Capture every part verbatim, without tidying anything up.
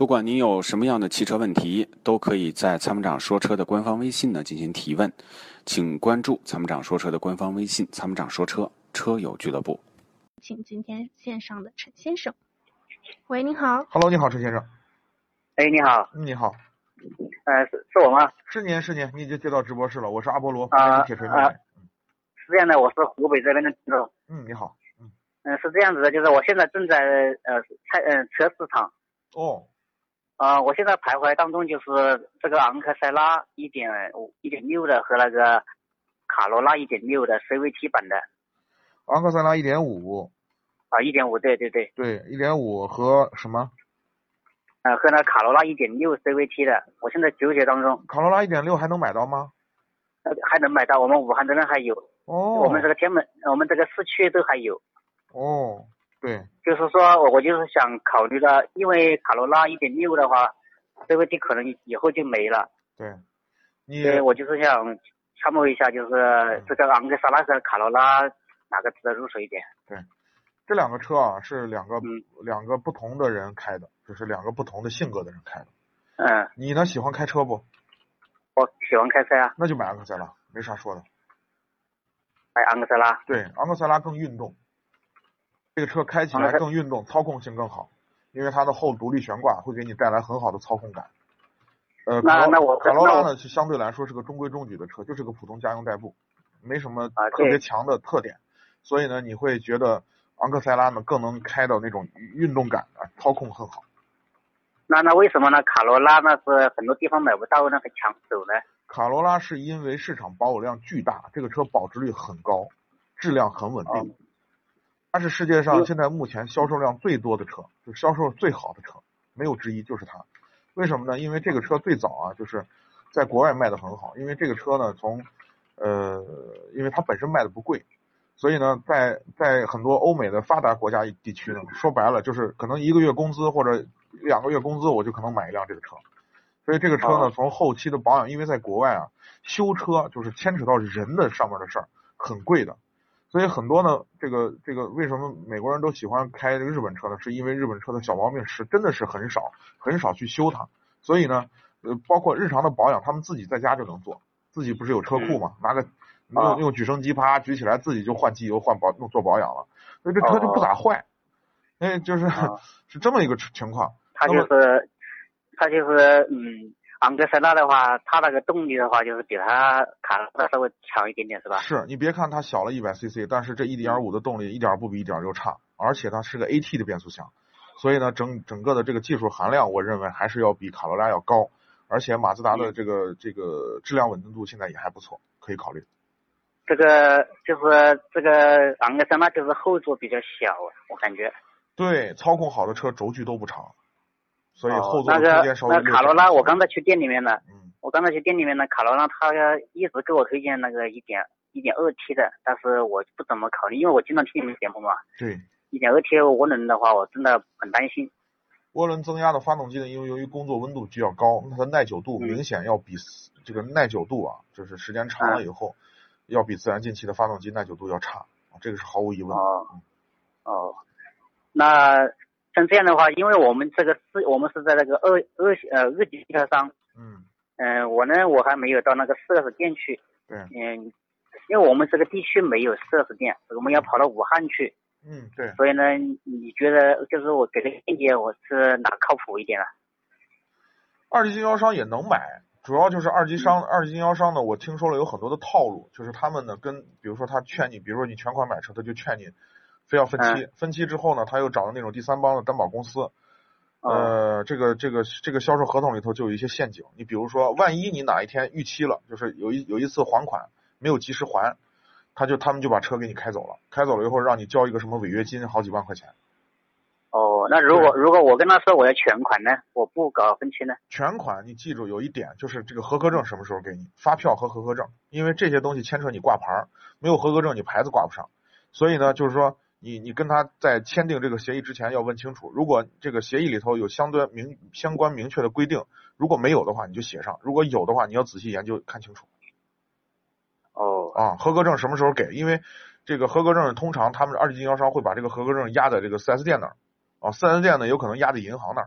不管您有什么样的汽车问题，都可以在参谋长说车的官方微信呢进行提问，请关注参谋长说车的官方微信参谋长说车车友俱乐部。 请今天线上的陈先生。喂，你好。 Hello， 你好，陈先生。 哎，你好。 嗯，你好。 呃，是是我吗？ 是您，是您，你已经接到直播室了。我是阿波罗， 啊， 铁锤妹妹。啊， 是这样的，我是湖北这边的听众。 嗯，你好。嗯嗯、呃，是这样子的，就是我现在正在呃菜呃车市场。 哦。 啊、呃，我现在徘徊当中，就是这个昂克赛拉一点五、一点六的和那个卡罗拉一点六的 C V T 版的。 昂克赛拉一点五。 啊，一点五，对对对。 对，一点五和什么？ 呃，和那卡罗拉一点六 C V T 的，我现在纠结当中。 卡罗拉一点六还能买到吗？ 呃，还能买到，我们武汉这边还有。 哦。 我们这个天门，我们这个市区都还有。 哦，对。 就是说，我就是想考虑到，因为卡罗拉一点六的话 ，C V T 可能以后就没了。 对。你。 对，我就是想参谋一下，就是这个昂克赛拉和卡罗拉哪个值得入手一点？ 对。这两个车啊，是两个、 嗯、 两个不同的人开的，就是两个不同的性格的人开的。 嗯。 你呢？喜欢开车不？ 我喜欢开车啊。 那就买昂克赛拉，没啥说的。 买昂克赛拉。 对，昂克赛拉更运动，这个车开起来更运动，操控性更好，因为它的后独立悬挂会给你带来很好的操控感。呃， 那那我卡罗拉呢，是相对来说是个中规中矩的车，就是个普通家用代步，没什么特别强的特点，所以呢，你会觉得昂克赛拉呢更能开到那种运动感的，操控很好。 那那为什么呢？卡罗拉呢是很多地方买不到那个抢手呢？ 卡罗拉是因为市场保有量巨大，这个车保值率很高，质量很稳定。哦，它是世界上现在目前销售量最多的车，就销售最好的车，没有之一，就是它。为什么呢？因为这个车最早啊，就是在国外卖的很好，因为这个车呢，从呃，因为它本身卖的不贵，所以呢，在在很多欧美的发达国家地区呢，说白了就是可能一个月工资或者两个月工资，我就可能买一辆这个车。所以这个车呢，从后期的保养，因为在国外啊，修车就是牵扯到人的上面的事儿，很贵的。所以很多呢，这个这个为什么美国人都喜欢开这个日本车呢？是因为日本车的小毛病是真的是很少，很少去修它。所以呢，呃，包括日常的保养，他们自己在家就能做，自己不是有车库嘛，拿个用用举升机啪举起来，自己就换机油、换保做保养了，所以这车就不咋坏。哎，就是是这么一个情况。 它就是它就是嗯。昂克赛拉的话，它那个动力的话，就是比它卡罗拉稍微强一点点，是吧？ 是，你别看它小了一百 C C， 但是这 一点五 的动力一点不比一点就差，而且它是个 A T 的变速箱，所以呢，整整个的这个技术含量，我认为还是要比卡罗拉要高，而且马自达的这个、嗯、这个质量稳定度现在也还不错，可以考虑。 这个就是这个昂克赛拉就是后座比较小，我感觉。 对，操控好的车轴距都不长。所以后座的空间稍微、哦、那, 那卡罗拉，我刚才去店里面呢， 嗯， 我刚才去店里面呢，卡罗拉他一直给我推荐那个一点一点二 T 的，但是我不怎么考虑，因为我经常听你们节目嘛。 对。 一点二 T 涡轮的话，我真的很担心。 涡轮增压的发动机呢，因为由于工作温度比较高，它的耐久度明显要比、嗯、这个耐久度啊，就是时间长了以后，嗯、要比自然进气的发动机耐久度要差，这个是毫无疑问。 哦。哦。那。像这样的话，因为我们这个是，我们是在那个二二呃二级经销商， 嗯， 嗯、呃，我呢我还没有到那个四 S 店去， 对， 嗯，因为我们这个地区没有四 S 店，我们要跑到武汉去， 嗯，对， 所以呢，你觉得就是我给个建议，我是哪靠谱一点啊？ 二级经销商也能买，主要就是二级商、嗯、二级经销商呢，我听说了有很多的套路，就是他们呢跟，比如说他劝你，比如说你全款买车，他就劝你。非要分期、嗯，分期之后呢，他又找的那种第三方的担保公司，呃，哦、这个这个这个销售合同里头就有一些陷阱。你比如说，万一你哪一天逾期了，就是有一有一次还款没有及时还，他就他们就把车给你开走了，开走了以后让你交一个什么违约金，好几万块钱。 哦，那如果如果我跟他说我要全款呢，我不搞分期呢？ 全款你记住有一点，就是这个合格证什么时候给你？发票和合格证，因为这些东西牵扯你挂牌，没有合格证你牌子挂不上，所以呢，就是说。你你跟他在签订这个协议之前要问清楚，如果这个协议里头有相对明相关明确的规定，如果没有的话你就写上，如果有的话你要仔细研究看清楚。 哦。 啊，合格证什么时候给？因为这个合格证通常他们二级经销商会把这个合格证压在这个 四 S 店那儿，啊 ，四 S 店呢有可能压在银行那儿，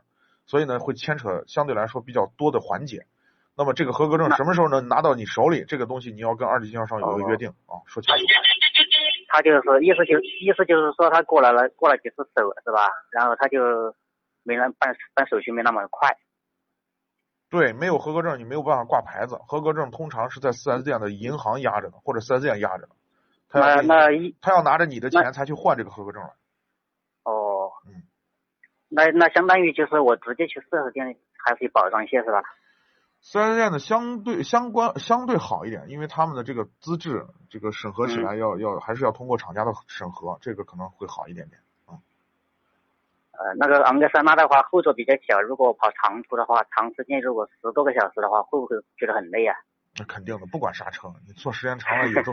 所以呢会牵扯相对来说比较多的环节。那么这个合格证什么时候能拿到你手里？这个东西你要跟二级经销商有个约定啊，说清楚。 他就是意思就意思就是说他过来了过了几次手是吧？然后他就没人办办手续没那么快。 对，没有合格证你没有办法挂牌子，合格证通常是在 四 S 店的银行压着的，或者 四 S 店压着的。他要那那他要拿着你的钱才去换这个合格证来。 哦， 嗯， 那那相当于就是我直接去四 S 店还是有保障些是吧？ 四 S 店的相对相关相对好一点，因为他们的这个资质这个审核起来要、嗯、要还是要通过厂家的审核，这个可能会好一点点。嗯。 呃，那个昂克赛拉的话后座比较小，如果跑长途的话，长时间如果十多个小时的话，会不会觉得很累啊？ 那肯定的，不管刹车，你坐时间长了也都，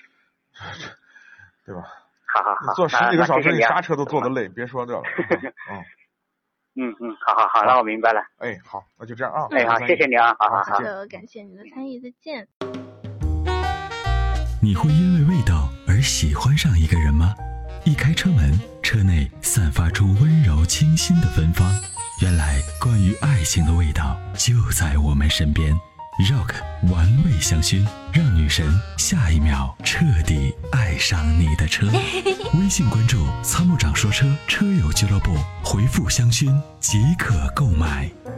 对吧？ 好好好。 你坐十几个小时，你刹车都坐得累，别说这了。嗯。 嗯嗯，好好好，那我明白了。 哎，好，那就这样啊。 哎，好，谢谢你啊，好好好。 就感谢你的参与，再见。 你会因为味道而喜欢上一个人吗？一开车门，车内散发出温柔清新的芬芳。原来，关于爱情的味道就在我们身边。Rock 玩味香薰，让女神下一秒彻底爱上你的车。微信关注参谋长说车车友俱乐部，回复香薰即可购买。